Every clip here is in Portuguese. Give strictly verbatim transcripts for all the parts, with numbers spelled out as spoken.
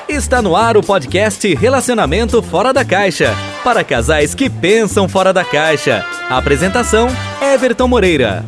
Está no ar o podcast Relacionamento Fora da Caixa, para casais que pensam fora da caixa. A apresentação, Everton Moreira.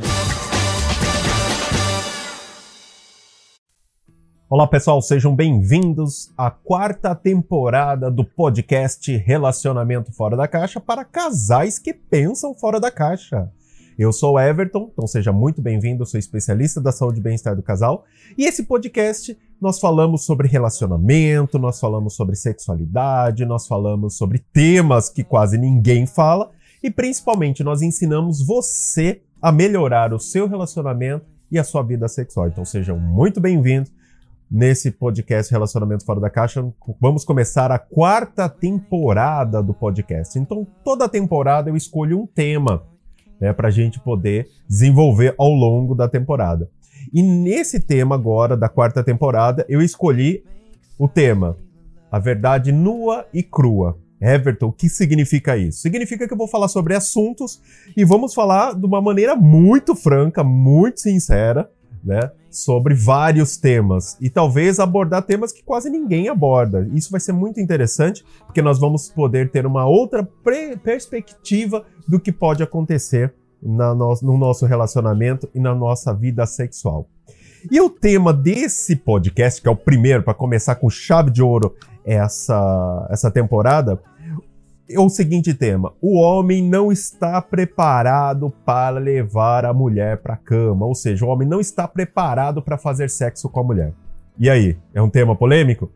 Olá pessoal, sejam bem-vindos à quarta temporada do podcast Relacionamento Fora da Caixa para casais que pensam fora da caixa. Eu sou o Everton, então seja muito bem-vindo, eu sou especialista da saúde e bem-estar do casal. E esse podcast nós falamos sobre relacionamento, nós falamos sobre sexualidade, nós falamos sobre temas que quase ninguém fala e principalmente nós ensinamos você a melhorar o seu relacionamento e a sua vida sexual. Então sejam muito bem-vindos nesse podcast Relacionamento Fora da Caixa. Vamos começar a quarta temporada do podcast. Então toda temporada eu escolho um tema, né, para a gente poder desenvolver ao longo da temporada. E nesse tema agora, da quarta temporada, eu escolhi o tema A Verdade Nua e Crua. Everton, o que significa isso? Significa que eu vou falar sobre assuntos e vamos falar de uma maneira muito franca, muito sincera, né, sobre vários temas. E talvez abordar temas que quase ninguém aborda. Isso vai ser muito interessante, porque nós vamos poder ter uma outra perspectiva do que pode acontecer na no, no nosso relacionamento e na nossa vida sexual. E o tema desse podcast, que é o primeiro, para começar com chave de ouro essa, essa temporada, é o seguinte tema: o homem não está preparado para levar a mulher para a cama, ou seja, o homem não está preparado para fazer sexo com a mulher. E aí, é um tema polêmico?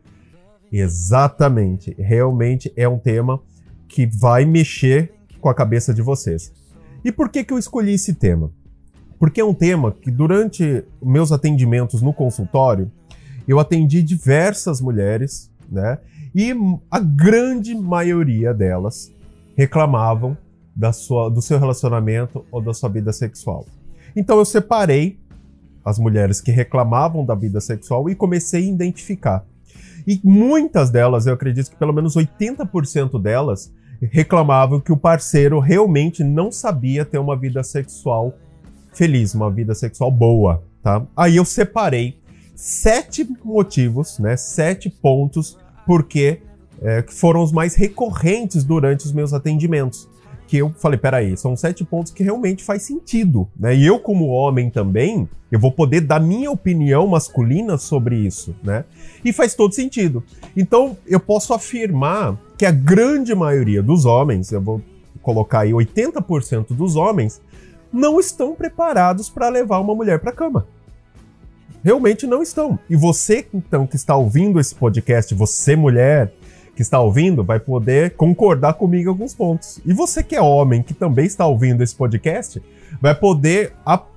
Exatamente, realmente é um tema que vai mexer com a cabeça de vocês. E por que que eu escolhi esse tema? Porque é um tema que durante meus atendimentos no consultório, eu atendi diversas mulheres, né? E a grande maioria delas reclamavam da sua, do seu relacionamento ou da sua vida sexual. Então eu separei as mulheres que reclamavam da vida sexual e comecei a identificar. E muitas delas, eu acredito que pelo menos oitenta por cento delas, reclamavam que o parceiro realmente não sabia ter uma vida sexual feliz, uma vida sexual boa, tá? Aí eu separei sete motivos, né? Sete pontos porque é, foram os mais recorrentes durante os meus atendimentos. Que eu falei, peraí, são sete pontos que realmente faz sentido, né? E eu, como homem também, eu vou poder dar minha opinião masculina sobre isso, né? E faz todo sentido. Então, eu posso afirmar que a grande maioria dos homens, eu vou colocar aí oitenta por cento dos homens, não estão preparados para levar uma mulher para a cama. Realmente não estão. E você, então, que está ouvindo esse podcast, você, mulher, que está ouvindo, vai poder concordar comigo em alguns pontos. E você que é homem, que também está ouvindo esse podcast, vai poder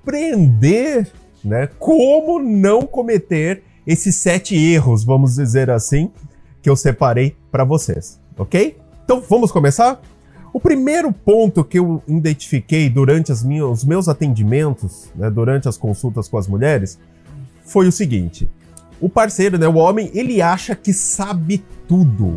aprender, né, como não cometer esses sete erros, vamos dizer assim, que eu separei para vocês, ok? Então, vamos começar? O primeiro ponto que eu identifiquei durante as minhas, os meus atendimentos, né, durante as consultas com as mulheres, foi o seguinte: o parceiro, né, o homem, ele acha que sabe tudo.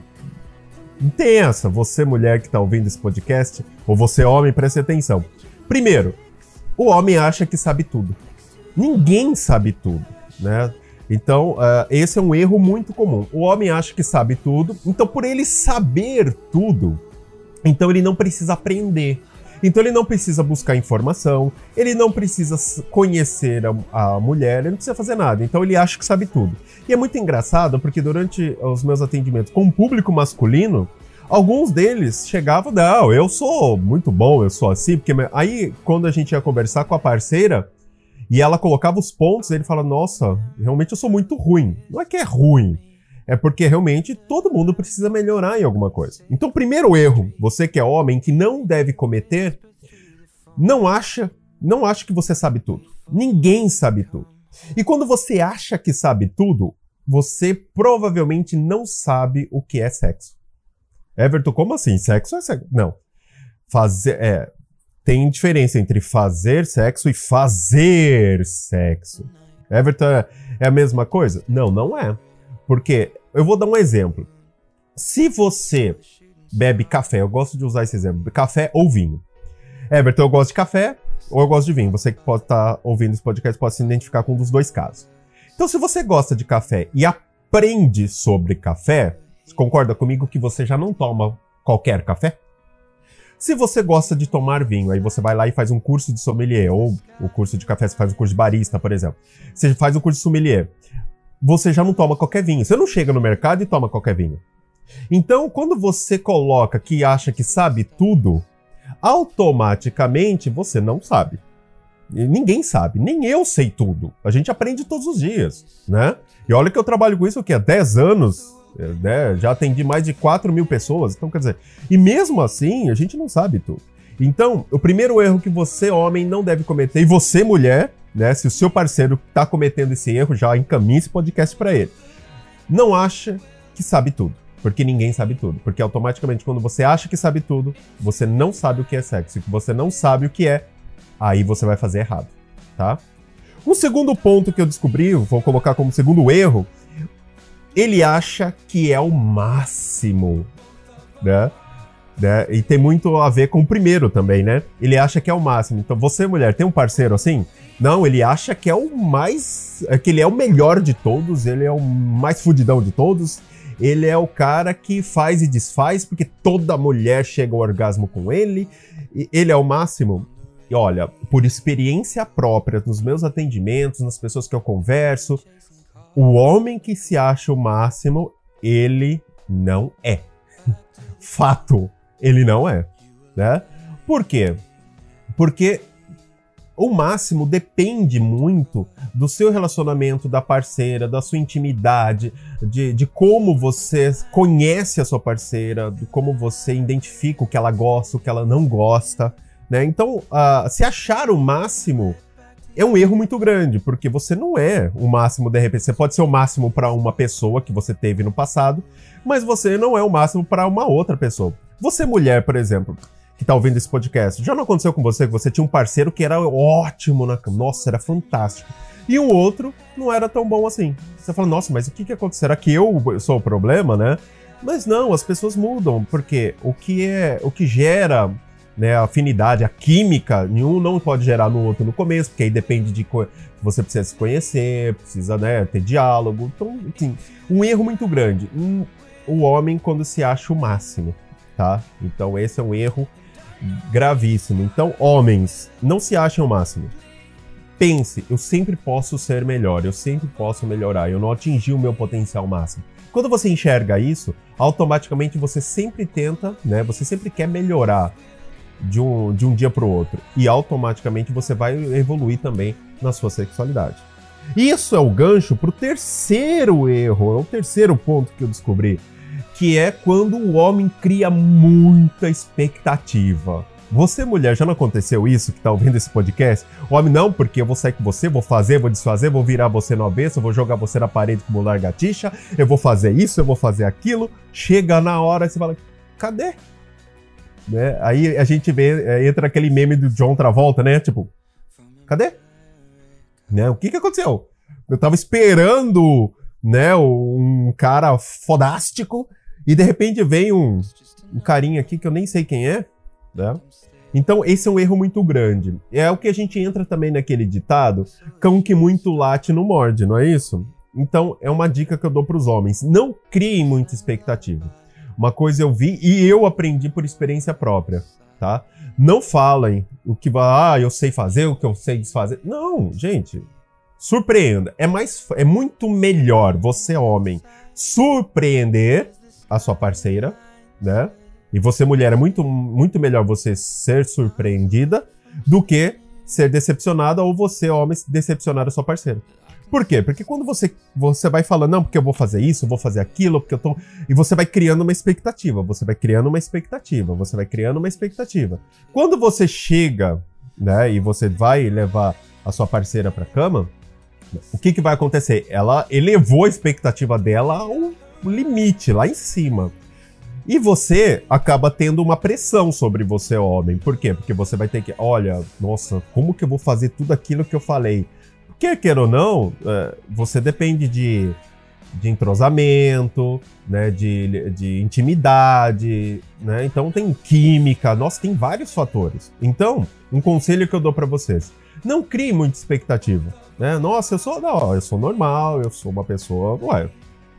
Não tem essa, você mulher que está ouvindo esse podcast, ou você homem, preste atenção. Primeiro, o homem acha que sabe tudo. Ninguém sabe tudo, né? Então, uh, esse é um erro muito comum. O homem acha que sabe tudo, então por ele saber tudo, então ele não precisa aprender. Então ele não precisa buscar informação, ele não precisa conhecer a, a mulher, ele não precisa fazer nada. Então ele acha que sabe tudo. E é muito engraçado porque durante os meus atendimentos com o público masculino, alguns deles chegavam, não, eu sou muito bom, eu sou assim, porque aí quando a gente ia conversar com a parceira e ela colocava os pontos, ele fala, nossa, realmente eu sou muito ruim. Não é que é ruim, é porque realmente todo mundo precisa melhorar em alguma coisa. Então, primeiro erro, você que é homem, que não deve cometer, não acha, não acha que você sabe tudo. Ninguém sabe tudo. E quando você acha que sabe tudo, você provavelmente não sabe o que é sexo. Everton, como assim? Sexo é sexo? Não. Fazer, é, tem diferença entre fazer sexo e fazer sexo. Everton, é, é a mesma coisa? Não, não é. Porque, eu vou dar um exemplo. Se você bebe café, eu gosto de usar esse exemplo, café ou vinho. Everton, eu gosto de café ou eu gosto de vinho. Você que pode estar ouvindo esse podcast pode se identificar com um dos dois casos. Então, se você gosta de café e a aprende sobre café, você concorda comigo que você já não toma qualquer café? Se você gosta de tomar vinho, aí você vai lá e faz um curso de sommelier, ou o curso de café, você faz um curso de barista, por exemplo. Você faz um curso de sommelier. Você já não toma qualquer vinho. Você não chega no mercado e toma qualquer vinho. Então, quando você coloca que acha que sabe tudo, automaticamente você não sabe. E ninguém sabe, nem eu sei tudo. A gente aprende todos os dias, né? E olha que eu trabalho com isso aqui há dez anos, né? Já atendi mais de quatro mil pessoas, então quer dizer... E mesmo assim, a gente não sabe tudo. Então, o primeiro erro que você, homem, não deve cometer, e você, mulher, né? Se o seu parceiro está cometendo esse erro, já encaminhe esse podcast para ele. Não acha que sabe tudo, porque ninguém sabe tudo. Porque automaticamente, quando você acha que sabe tudo, você não sabe o que é sexo. E você não sabe o que é, aí você vai fazer errado, tá? Um segundo ponto que eu descobri, vou colocar como segundo erro, ele acha que é o máximo, né? né? E tem muito a ver com o primeiro também, né? Ele acha que é o máximo. Então, você, mulher, tem um parceiro assim? Não, ele acha que é o mais... que ele é o melhor de todos, ele é o mais fudidão de todos, ele é o cara que faz e desfaz, porque toda mulher chega ao orgasmo com ele, ele é o máximo. E olha, por experiência própria, nos meus atendimentos, nas pessoas que eu converso, o homem que se acha o máximo, ele não é. Fato, ele não é, né? Por quê? Porque o máximo depende muito do seu relacionamento, da parceira, da sua intimidade, de, de como você conhece a sua parceira, de como você identifica o que ela gosta, o que ela não gosta, né? Então, uh, se achar o máximo é um erro muito grande, porque você não é o máximo de repente. Você pode ser o máximo para uma pessoa que você teve no passado, mas você não é o máximo para uma outra pessoa. Você, mulher, por exemplo, que tá ouvindo esse podcast, já não aconteceu com você que você tinha um parceiro que era ótimo na cama? Nossa, era fantástico. E um outro não era tão bom assim. Você fala, nossa, mas o que que aconteceu? Será que eu sou o problema, né? Mas não, as pessoas mudam, porque o que é, o que gera... né, a afinidade, a química, nenhum não pode gerar no outro no começo, porque aí depende de co- você precisa se conhecer, precisa, né, ter diálogo. Então, enfim, um erro muito grande. Um, o homem quando se acha o máximo, tá? Então esse é um erro gravíssimo. Então, homens, não se achem o máximo. Pense, eu sempre posso ser melhor, eu sempre posso melhorar, eu não atingi o meu potencial máximo. Quando você enxerga isso, automaticamente você sempre tenta, né, você sempre quer melhorar de um, de um dia para o outro. E automaticamente você vai evoluir também na sua sexualidade. Isso é o gancho para o terceiro erro, é o terceiro ponto que eu descobri, que é quando o homem cria muita expectativa. Você, mulher, já não aconteceu isso que tá ouvindo esse podcast? O homem, não, porque eu vou sair com você, vou fazer, vou desfazer, vou virar você no avesso, vou jogar você na parede como largatixa, eu vou fazer isso, eu vou fazer aquilo. Chega na hora e você fala, cadê? Né? Aí a gente vê, entra aquele meme do John Travolta, né? Tipo, cadê? Né? O que que aconteceu? Eu tava esperando, né, um cara fodástico e de repente vem um, um carinha aqui que eu nem sei quem é, né? Então esse é um erro muito grande. É o que a gente entra também naquele ditado, cão que muito late não morde, não é isso? Então é uma dica que eu dou pros homens, não criem muita expectativa. Uma coisa eu vi e eu aprendi por experiência própria, tá? Não falem o que vai, ah, eu sei fazer, o que eu sei desfazer. Não, gente, surpreenda. É, mais, é muito melhor você, homem, surpreender a sua parceira, né? E você, mulher, é muito, muito melhor você ser surpreendida do que ser decepcionada ou você, homem, decepcionar a sua parceira. Por quê? Porque quando você, você vai falando, não, porque eu vou fazer isso, eu vou fazer aquilo, porque eu tô... E você vai criando uma expectativa, você vai criando uma expectativa, você vai criando uma expectativa. Quando você chega, né, e você vai levar a sua parceira pra cama, o que que vai acontecer? Ela elevou a expectativa dela ao limite, lá em cima. E você acaba tendo uma pressão sobre você, homem. Por quê? Porque você vai ter que, olha, nossa, como que eu vou fazer tudo aquilo que eu falei? Quer queira ou não, você depende de, de entrosamento, né, de, de intimidade, né? Então tem química, nossa, tem vários fatores. Então, um conselho que eu dou pra vocês, não crie muita expectativa, né? Nossa, eu sou, não, eu sou normal, eu sou uma pessoa, ué,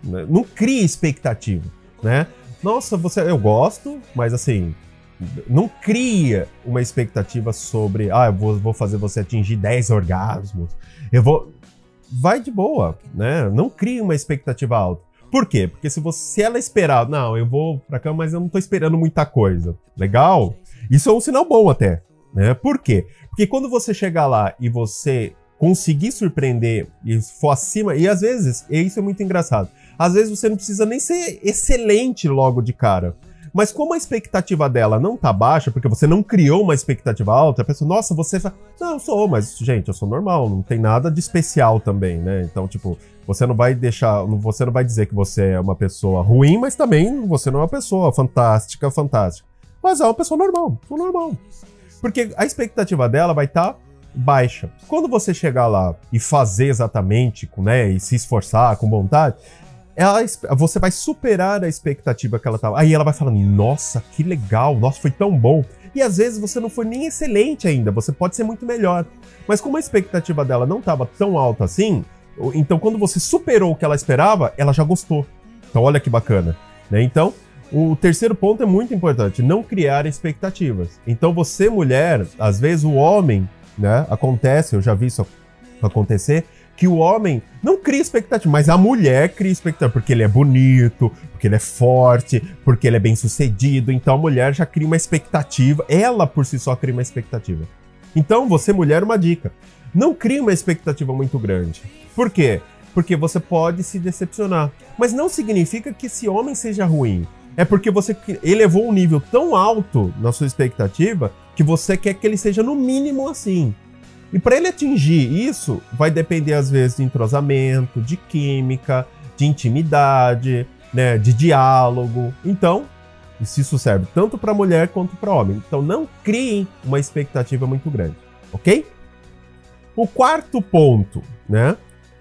né? Não cria expectativa, né? Nossa, você, eu gosto, mas assim, não cria uma expectativa sobre, ah, eu vou, vou fazer você atingir dez orgasmos, eu vou... Vai de boa, né? Não cria uma expectativa alta. Por quê? Porque se, você, se ela esperar, não, eu vou pra cama, mas eu não tô esperando muita coisa. Legal? Isso é um sinal bom até, né? Por quê? Porque quando você chegar lá e você conseguir surpreender e for acima, e às vezes, e isso é muito engraçado, às vezes você não precisa nem ser excelente logo de cara. Mas como a expectativa dela não tá baixa, porque você não criou uma expectativa alta, a pessoa, nossa, você... Não, eu sou, mas, gente, eu sou normal, não tem nada de especial também, né? Então, tipo, você não vai deixar... Você não vai dizer que você é uma pessoa ruim, mas também você não é uma pessoa fantástica, fantástica. Mas é uma pessoa normal, sou normal. Porque a expectativa dela vai estar... Tá baixa. Quando você chegar lá e fazer exatamente, né, e se esforçar com vontade, ela, você vai superar a expectativa que ela tava. Aí ela vai falando, nossa, que legal, nossa, foi tão bom. E às vezes você não foi nem excelente ainda, você pode ser muito melhor. Mas como a expectativa dela não estava tão alta assim, então quando você superou o que ela esperava, ela já gostou. Então olha que bacana, né? Então, o terceiro ponto é muito importante, não criar expectativas. Então você, mulher, às vezes o homem, né, acontece, eu já vi isso acontecer, que o homem não cria expectativa, mas a mulher cria expectativa, porque ele é bonito, porque ele é forte, porque ele é bem sucedido, então a mulher já cria uma expectativa, ela por si só cria uma expectativa. Então você, mulher, uma dica, não crie uma expectativa muito grande. Por quê? Porque você pode se decepcionar, mas não significa que esse homem seja ruim. É porque você elevou um nível tão alto na sua expectativa que você quer que ele seja no mínimo assim. E para ele atingir isso, vai depender às vezes de entrosamento, de química, de intimidade, né, de diálogo. Então, isso serve tanto para mulher quanto para homem. Então não criem uma expectativa muito grande, ok? O quarto ponto, né?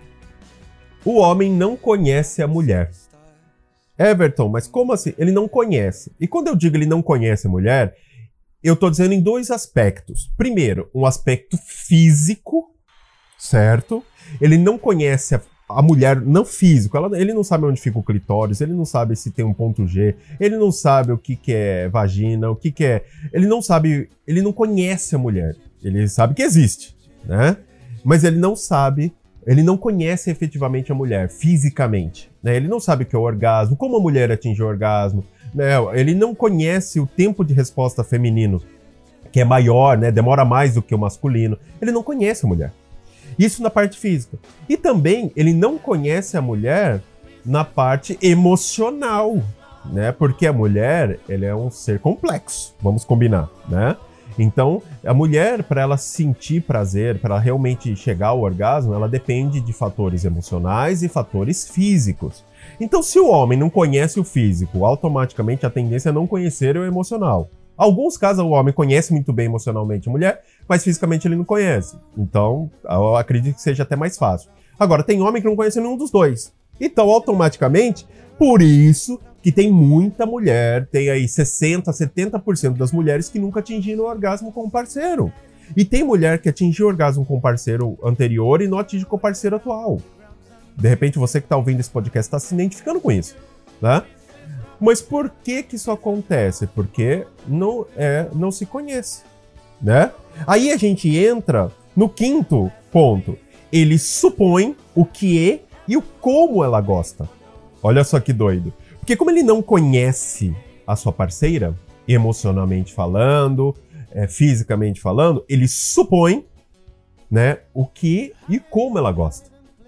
O homem não conhece a mulher. Everton, mas como assim? Ele não conhece. E quando eu digo ele não conhece a mulher, eu tô dizendo em dois aspectos. Primeiro, um aspecto físico, certo? Ele não conhece a, a mulher, não físico. Ela, ele não sabe onde fica o clitóris, ele não sabe se tem um ponto G, ele não sabe o que, que é vagina, o que, que é... Ele não sabe, ele não conhece a mulher. Ele sabe que existe, né? Mas ele não sabe... Ele não conhece efetivamente a mulher, fisicamente, né? Ele não sabe o que é o orgasmo, como a mulher atinge o orgasmo, né? Ele não conhece o tempo de resposta feminino, que é maior, né? Demora mais do que o masculino. Ele não conhece a mulher. Isso na parte física. E também ele não conhece a mulher na parte emocional, né? Porque a mulher, ela é um ser complexo, vamos combinar, né? Então, a mulher, para ela sentir prazer, para ela realmente chegar ao orgasmo, ela depende de fatores emocionais e fatores físicos. Então, se o homem não conhece o físico, automaticamente a tendência é não conhecer o emocional. Alguns casos o homem conhece muito bem emocionalmente a mulher, mas fisicamente ele não conhece. Então, eu acredito que seja até mais fácil. Agora, tem homem que não conhece nenhum dos dois. Então, automaticamente, por isso... que tem muita mulher, tem aí sessenta, setenta por cento das mulheres que nunca atingiram o orgasmo com o parceiro. E tem mulher que atingiu o orgasmo com o parceiro anterior e não atinge com o parceiro atual. De repente você que está ouvindo esse podcast está se identificando com isso, né? Mas por que que isso acontece? Porque não, é, não se conhece, né? Aí a gente entra no quinto ponto. Ele supõe o que é e o como ela gosta. Olha só que doido. Porque como ele não conhece a sua parceira, emocionalmente falando, é, fisicamente falando, ele supõe, né, o que e como ela gosta.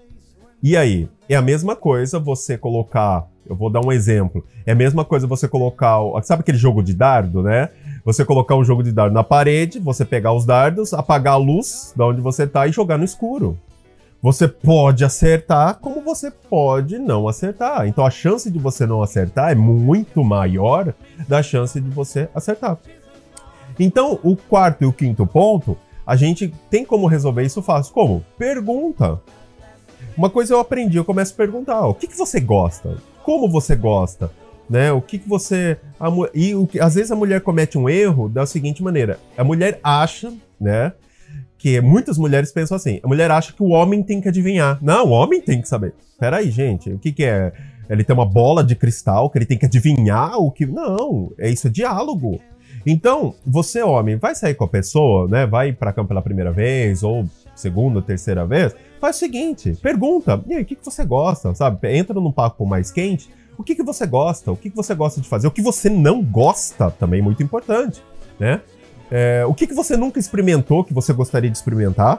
E aí, é a mesma coisa você colocar, eu vou dar um exemplo, é a mesma coisa você colocar, sabe aquele jogo de dardo, né? Você colocar um jogo de dardo na parede, você pegar os dardos, apagar a luz de onde você tá e jogar no escuro. Você pode acertar, como você pode não acertar. Então a chance de você não acertar é muito maior da chance de você acertar. Então o quarto e o quinto ponto, a gente tem como resolver isso fácil. Como? Pergunta. Uma coisa eu aprendi, eu começo a perguntar, o que, que você gosta? Como você gosta? Né? O que, que você... A, e o que, às vezes a mulher comete um erro da seguinte maneira, a mulher acha, né? Que muitas mulheres pensam assim, a mulher acha que o homem tem que adivinhar. Não, o homem tem que saber. Peraí, gente, o que que é? ele tem uma bola de cristal que ele tem que adivinhar o que... Não, é isso, é diálogo. Então, você, homem, vai sair com a pessoa, né? Vai pra campo pela primeira vez, ou segunda, terceira vez, faz o seguinte, pergunta, e aí, o que, que você gosta, sabe? Entra num papo mais quente, o que, que você gosta, o que, que você gosta de fazer, o que você não gosta, também muito importante, né? É, o que, que você nunca experimentou, que você gostaria de experimentar,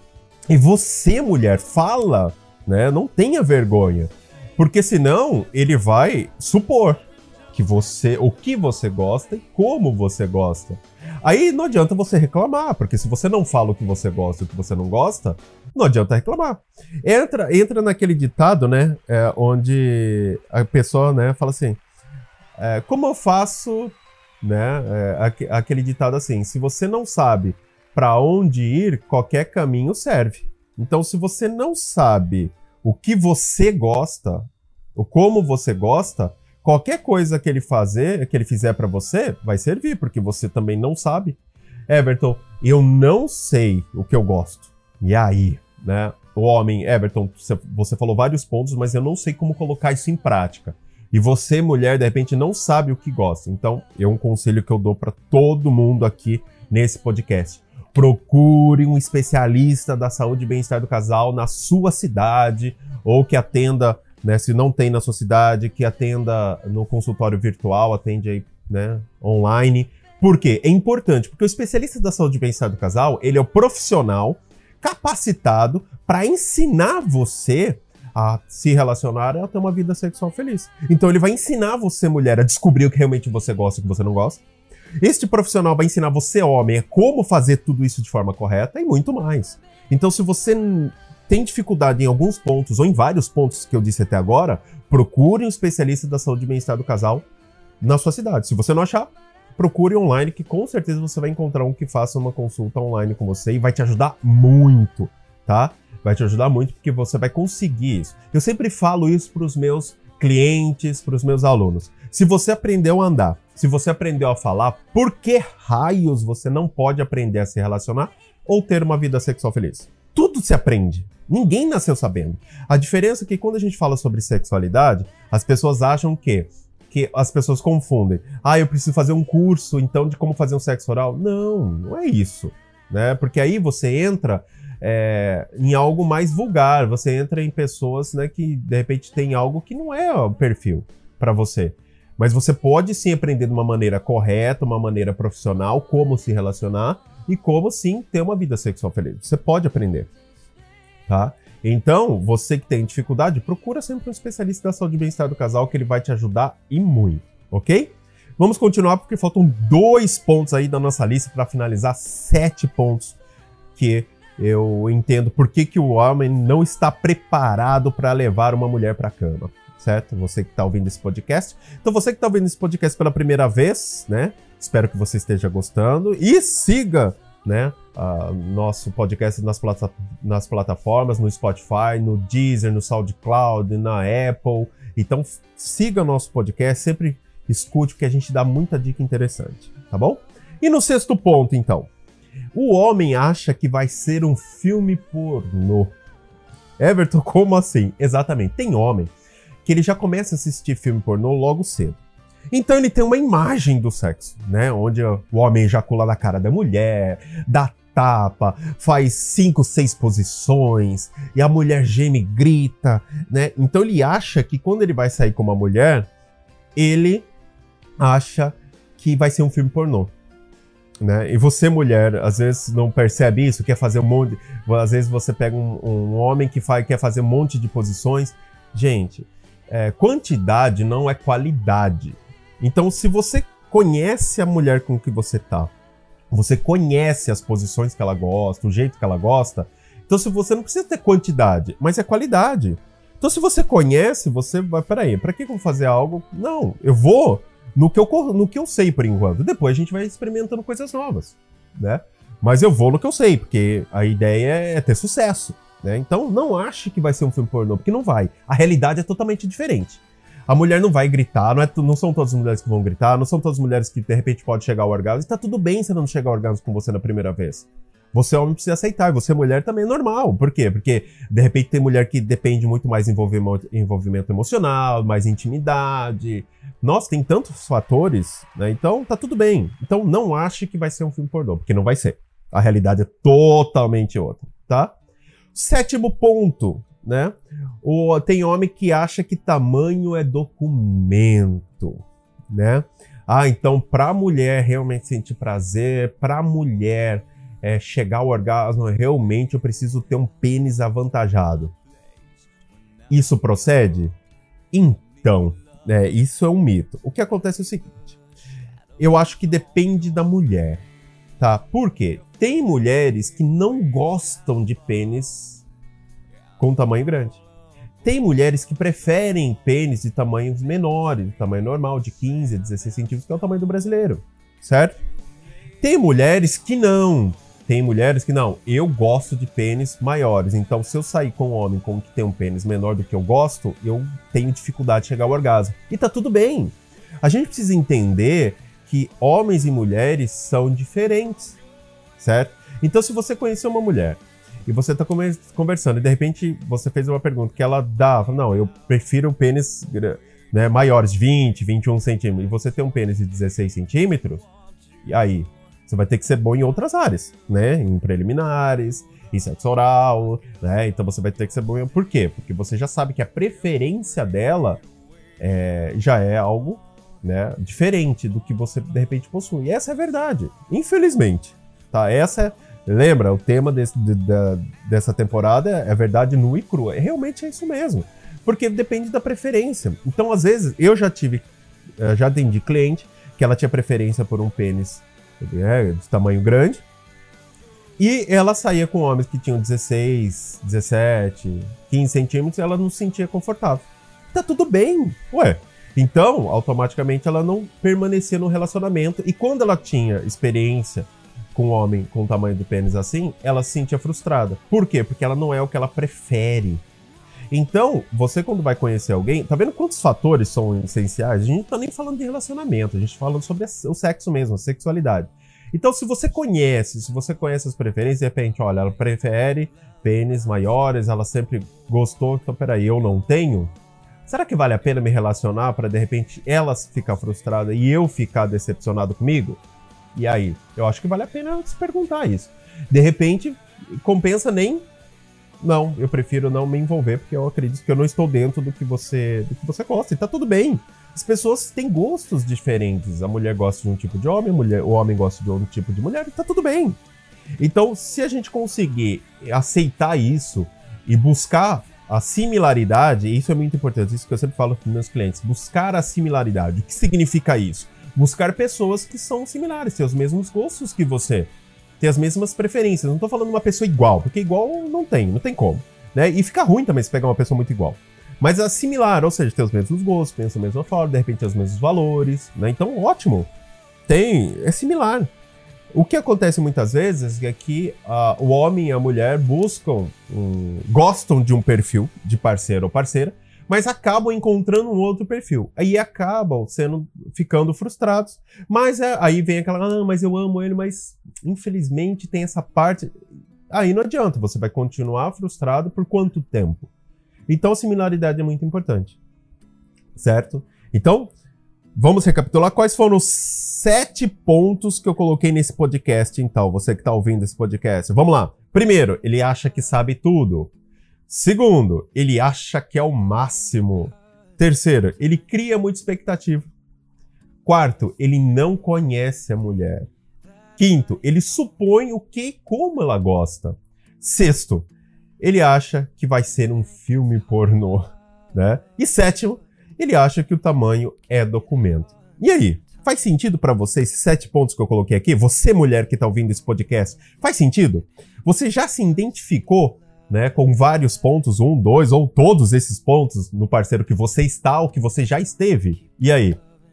e você, mulher, fala, né? Não tenha vergonha, porque senão ele vai supor que você, o que você gosta e como você gosta. Aí não adianta você reclamar, porque se você não fala o que você gosta e o que você não gosta, não adianta reclamar. Entra, entra naquele ditado, né, é, onde a pessoa, né, fala assim, é, como eu faço, né, é, aquele ditado assim, se você não sabe para onde ir, qualquer caminho serve. Então, se você não sabe o que você gosta, o como você gosta, qualquer coisa que ele fazer, que ele fizer pra você, vai servir, porque você também não sabe. Everton, eu não sei o que eu gosto. E aí, né? O homem, Everton, você falou vários pontos, mas eu não sei como colocar isso em prática. E você, mulher, de repente não sabe o que gosta. Então, é um conselho que eu dou pra todo mundo aqui nesse podcast. Procure um especialista da saúde e bem-estar do casal na sua cidade, ou que atenda... Né, se não tem na sua cidade, que atenda no consultório virtual, atende aí, né, online. Por quê? É importante, porque o especialista da saúde e bem-estar do casal, ele é o profissional capacitado para ensinar você a se relacionar e a ter uma vida sexual feliz. Então ele vai ensinar você, mulher, a descobrir o que realmente você gosta e o que você não gosta. Este profissional vai ensinar você, homem, a como fazer tudo isso de forma correta e muito mais. Então se você... tem dificuldade em alguns pontos, ou em vários pontos que eu disse até agora, procure um especialista da saúde e bem-estar do casal na sua cidade. Se você não achar, procure online, que com certeza você vai encontrar um que faça uma consulta online com você e vai te ajudar muito, tá? Vai te ajudar muito porque você vai conseguir isso. Eu sempre falo isso para os meus clientes, para os meus alunos. Se você aprendeu a andar, se você aprendeu a falar, por que raios você não pode aprender a se relacionar ou ter uma vida sexual feliz? Tudo se aprende. Ninguém nasceu sabendo. A diferença é que quando a gente fala sobre sexualidade, as pessoas acham que, que as pessoas confundem. Ah, eu preciso fazer um curso, então, de como fazer um sexo oral. Não, não é isso. Né? Porque aí você entra é, em algo mais vulgar. Você entra em pessoas, né, que, de repente, tem algo que não é o perfil para você. Mas você pode, sim, aprender de uma maneira correta, uma maneira profissional, como se relacionar e como, sim, ter uma vida sexual feliz. Você pode aprender. Tá? Então, você que tem dificuldade, procura sempre um especialista da saúde e bem-estar do casal, que ele vai te ajudar e muito, ok? Vamos continuar, porque faltam dois pontos aí da nossa lista para finalizar sete pontos que eu entendo por que, que o homem não está preparado para levar uma mulher para a cama, certo? Você que está ouvindo esse podcast. Então, você que está ouvindo esse podcast pela primeira vez, né? Espero que você esteja gostando e siga, né, uh, nosso podcast nas, plata nas plataformas, no Spotify, no Deezer, no SoundCloud, na Apple. Então siga nosso podcast, sempre escute, porque a gente dá muita dica interessante, tá bom? E no sexto ponto, então, o homem acha que vai ser um filme pornô. Everton, como assim? Exatamente, tem homem que ele já começa a assistir filme pornô logo cedo. Então ele tem uma imagem do sexo, né? Onde o homem ejacula na cara da mulher, dá tapa, faz cinco, seis posições, e a mulher geme e grita, né? Então ele acha que quando ele vai sair com uma mulher, ele acha que vai ser um filme pornô. Né? E você, mulher, às vezes não percebe isso, quer fazer um monte... Às vezes você pega um, um homem que faz, quer fazer um monte de posições. Gente, é, quantidade não é qualidade. Então, se você conhece a mulher com que você tá, você conhece as posições que ela gosta, o jeito que ela gosta, então se você não precisa ter quantidade, mas é qualidade. Então, se você conhece, você vai, peraí, pra que eu vou fazer algo? Não, eu vou no que eu, no que eu sei por enquanto. Depois a gente vai experimentando coisas novas, né? Mas eu vou no que eu sei, porque a ideia é ter sucesso, né? Então, não ache que vai ser um filme pornô, porque não vai. A realidade é totalmente diferente. A mulher não vai gritar, não, é, não são todas as mulheres que vão gritar, não são todas as mulheres que de repente podem chegar ao orgasmo. E tá tudo bem se não chegar ao orgasmo com você na primeira vez. Você homem precisa aceitar, e você mulher também é normal. Por quê? Porque, de repente, tem mulher que depende muito mais de envolvimento, envolvimento emocional, mais intimidade. Nossa, tem tantos fatores, né? Então, tá tudo bem. Então, não ache que vai ser um filme pornô, porque não vai ser. A realidade é totalmente outra, tá? Sétimo ponto, né? O, tem homem que acha que tamanho é documento, né? Ah, então, pra mulher realmente sentir prazer, pra mulher... É, chegar ao orgasmo, realmente eu preciso ter um pênis avantajado. Isso procede? Então, é, isso é um mito. O que acontece é o seguinte, eu acho que depende da mulher, tá? Por quê? Tem mulheres que não gostam de pênis com tamanho grande. Tem mulheres que preferem pênis de tamanhos menores, de tamanho normal, de quinze a dezesseis centímetros, que é o tamanho do brasileiro, certo? Tem mulheres que não. Tem mulheres que não, eu gosto de pênis maiores, então se eu sair com um homem com que tem um pênis menor do que eu gosto, eu tenho dificuldade de chegar ao orgasmo. E tá tudo bem. A gente precisa entender que homens e mulheres são diferentes, certo? Então se você conhecer uma mulher e você tá conversando e de repente você fez uma pergunta que ela dá, não, eu prefiro pênis, né, maiores, vinte, vinte e um centímetros, e você tem um pênis de dezesseis centímetros, e aí? Você vai ter que ser bom em outras áreas, né? Em preliminares, em sexo oral, né? Então você vai ter que ser bom em... Por quê? Porque você já sabe que a preferência dela é, já é algo, né, diferente do que você, de repente, possui. E essa é a verdade, infelizmente. Tá? Essa é... Lembra, o tema desse, de, de, dessa temporada é verdade nua e crua. Realmente é isso mesmo. Porque depende da preferência. Então, às vezes, eu já tive... Já atendi cliente que ela tinha preferência por um pênis... É, de tamanho grande, e ela saía com homens que tinham dezesseis, dezessete, quinze centímetros, e ela não se sentia confortável. Tá tudo bem, ué. Então, automaticamente ela não permanecia no relacionamento, e quando ela tinha experiência com um homem com tamanho de pênis assim, ela se sentia frustrada. Por quê? Porque ela não é o que ela prefere. Então, você quando vai conhecer alguém, tá vendo quantos fatores são essenciais? A gente não tá nem falando de relacionamento, a gente tá falando sobre o sexo mesmo, a sexualidade. Então, se você conhece, se você conhece as preferências, de repente, olha, ela prefere pênis maiores, ela sempre gostou, então peraí, eu não tenho? Será que vale a pena me relacionar para de repente ela ficar frustrada e eu ficar decepcionado comigo? E aí? Eu acho que vale a pena se perguntar isso. De repente, compensa nem... Não, eu prefiro não me envolver, porque eu acredito que eu não estou dentro do que você, do que você gosta. E tá tudo bem. As pessoas têm gostos diferentes. A mulher gosta de um tipo de homem, a mulher, o homem gosta de outro tipo de mulher, e tá tudo bem. Então, se a gente conseguir aceitar isso e buscar a similaridade, isso é muito importante, isso que eu sempre falo para os meus clientes, buscar a similaridade. O que significa isso? Buscar pessoas que são similares, ter os mesmos gostos que você. Ter as mesmas preferências. Não tô falando uma pessoa igual, porque igual não tem, não tem como, né? E fica ruim também se pegar uma pessoa muito igual. Mas a similar, ou seja, ter os mesmos gostos, pensa da mesma forma, de repente ter os mesmos valores, né? Então, ótimo. Tem, é similar. O que acontece muitas vezes é que uh, o homem e a mulher buscam, um, gostam de um perfil de parceiro ou parceira, mas acabam encontrando um outro perfil. Aí acabam sendo, ficando frustrados. Mas é, aí vem aquela, ah, mas eu amo ele, mas infelizmente tem essa parte. Aí não adianta, você vai continuar frustrado por quanto tempo? Então a similaridade é muito importante, certo? Então, vamos recapitular quais foram os sete pontos que eu coloquei nesse podcast, então, você que está ouvindo esse podcast. Vamos lá. Primeiro, ele acha que sabe tudo. Segundo, ele acha que é o máximo. Terceiro, ele cria muita expectativa. Quarto, ele não conhece a mulher. Quinto, ele supõe o que e como ela gosta. Sexto, ele acha que vai ser um filme pornô, né? E sétimo, ele acha que o tamanho é documento. E aí, faz sentido pra você esses sete pontos que eu coloquei aqui? Você, mulher que tá ouvindo esse podcast, faz sentido? Você já se identificou, né, com vários pontos, um, dois ou todos esses pontos no parceiro que você está ou que você já esteve? E aí?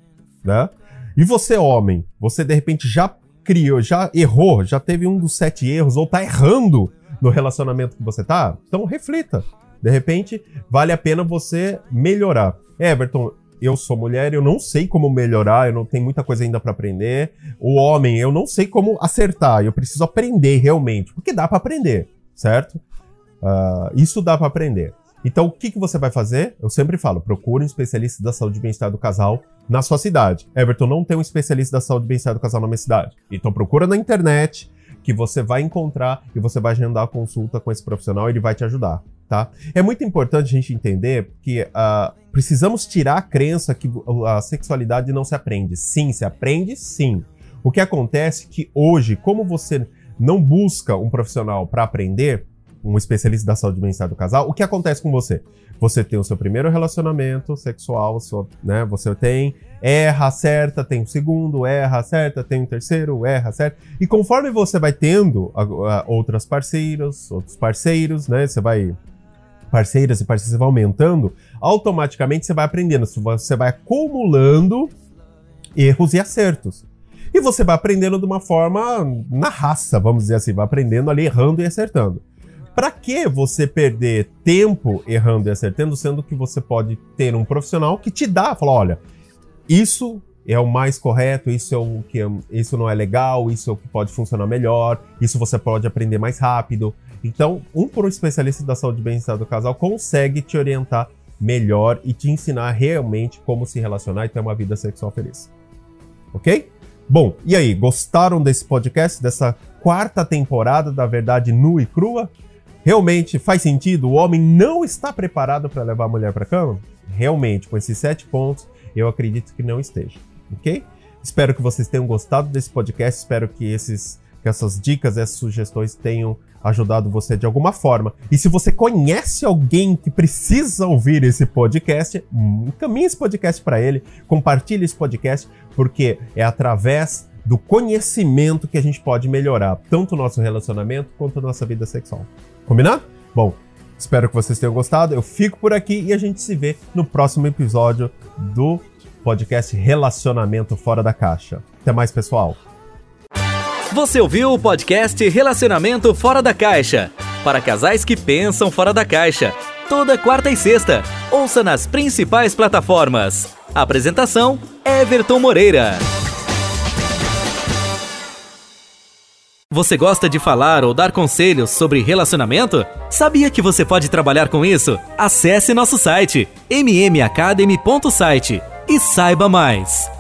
Né? E você, homem, você de repente já criou, já errou, já teve um dos sete erros ou tá errando no relacionamento que você tá? Então reflita. De repente, vale a pena você melhorar. Everton, eu sou mulher, eu não sei como melhorar, eu não tenho muita coisa ainda para aprender. O homem, eu não sei como acertar, eu preciso aprender realmente, porque dá para aprender, certo? Uh, isso dá para aprender. Então, o que, que você vai fazer? Eu sempre falo, procure um especialista da saúde e bem-estar do casal na sua cidade. Everton, não tem um especialista da saúde e bem-estar do casal na minha cidade. Então, procura na internet, que você vai encontrar e você vai agendar a consulta com esse profissional e ele vai te ajudar, tá? É muito importante a gente entender que uh, precisamos tirar a crença que a sexualidade não se aprende. Sim, se aprende, sim. O que acontece é que hoje, como você não busca um profissional para aprender, um especialista da saúde e bem-estar do casal, o que acontece com você? Você tem o seu primeiro relacionamento sexual, sua, né? Você tem, erra, acerta, tem um segundo, erra, acerta, tem um terceiro, erra, acerta. E conforme você vai tendo a, a, outras parceiras, outros parceiros, né? Você vai... Parceiras e parceiros, você vai aumentando, automaticamente você vai aprendendo, você vai acumulando erros e acertos. E você vai aprendendo de uma forma na raça, vamos dizer assim, vai aprendendo ali, errando e acertando. Para que você perder tempo errando e acertando, sendo que você pode ter um profissional que te dá, fala, olha, isso é o mais correto, isso é o que isso não é legal, isso é o que pode funcionar melhor, isso você pode aprender mais rápido. Então, um por um especialista da saúde e bem-estar do casal consegue te orientar melhor e te ensinar realmente como se relacionar e ter uma vida sexual feliz. Ok? Bom, e aí, gostaram desse podcast, dessa quarta temporada da Verdade Nua e Crua? Realmente faz sentido? O homem não está preparado para levar a mulher para a cama? Realmente, com esses sete pontos, eu acredito que não esteja, ok? Espero que vocês tenham gostado desse podcast, espero que, esses, que essas dicas, essas sugestões tenham ajudado você de alguma forma. E se você conhece alguém que precisa ouvir esse podcast, encaminhe esse podcast para ele, compartilhe esse podcast, porque é através do conhecimento que a gente pode melhorar tanto o nosso relacionamento quanto a nossa vida sexual. Combinado? Bom, espero que vocês tenham gostado. Eu fico por aqui e a gente se vê no próximo episódio do podcast Relacionamento Fora da Caixa. Até mais, pessoal. Você ouviu o podcast Relacionamento Fora da Caixa? Para casais que pensam fora da caixa. Toda quarta e sexta. Ouça nas principais plataformas. Apresentação: Everton Moreira. Você gosta de falar ou dar conselhos sobre relacionamento? Sabia que você pode trabalhar com isso? Acesse nosso site m m academy ponto site e saiba mais.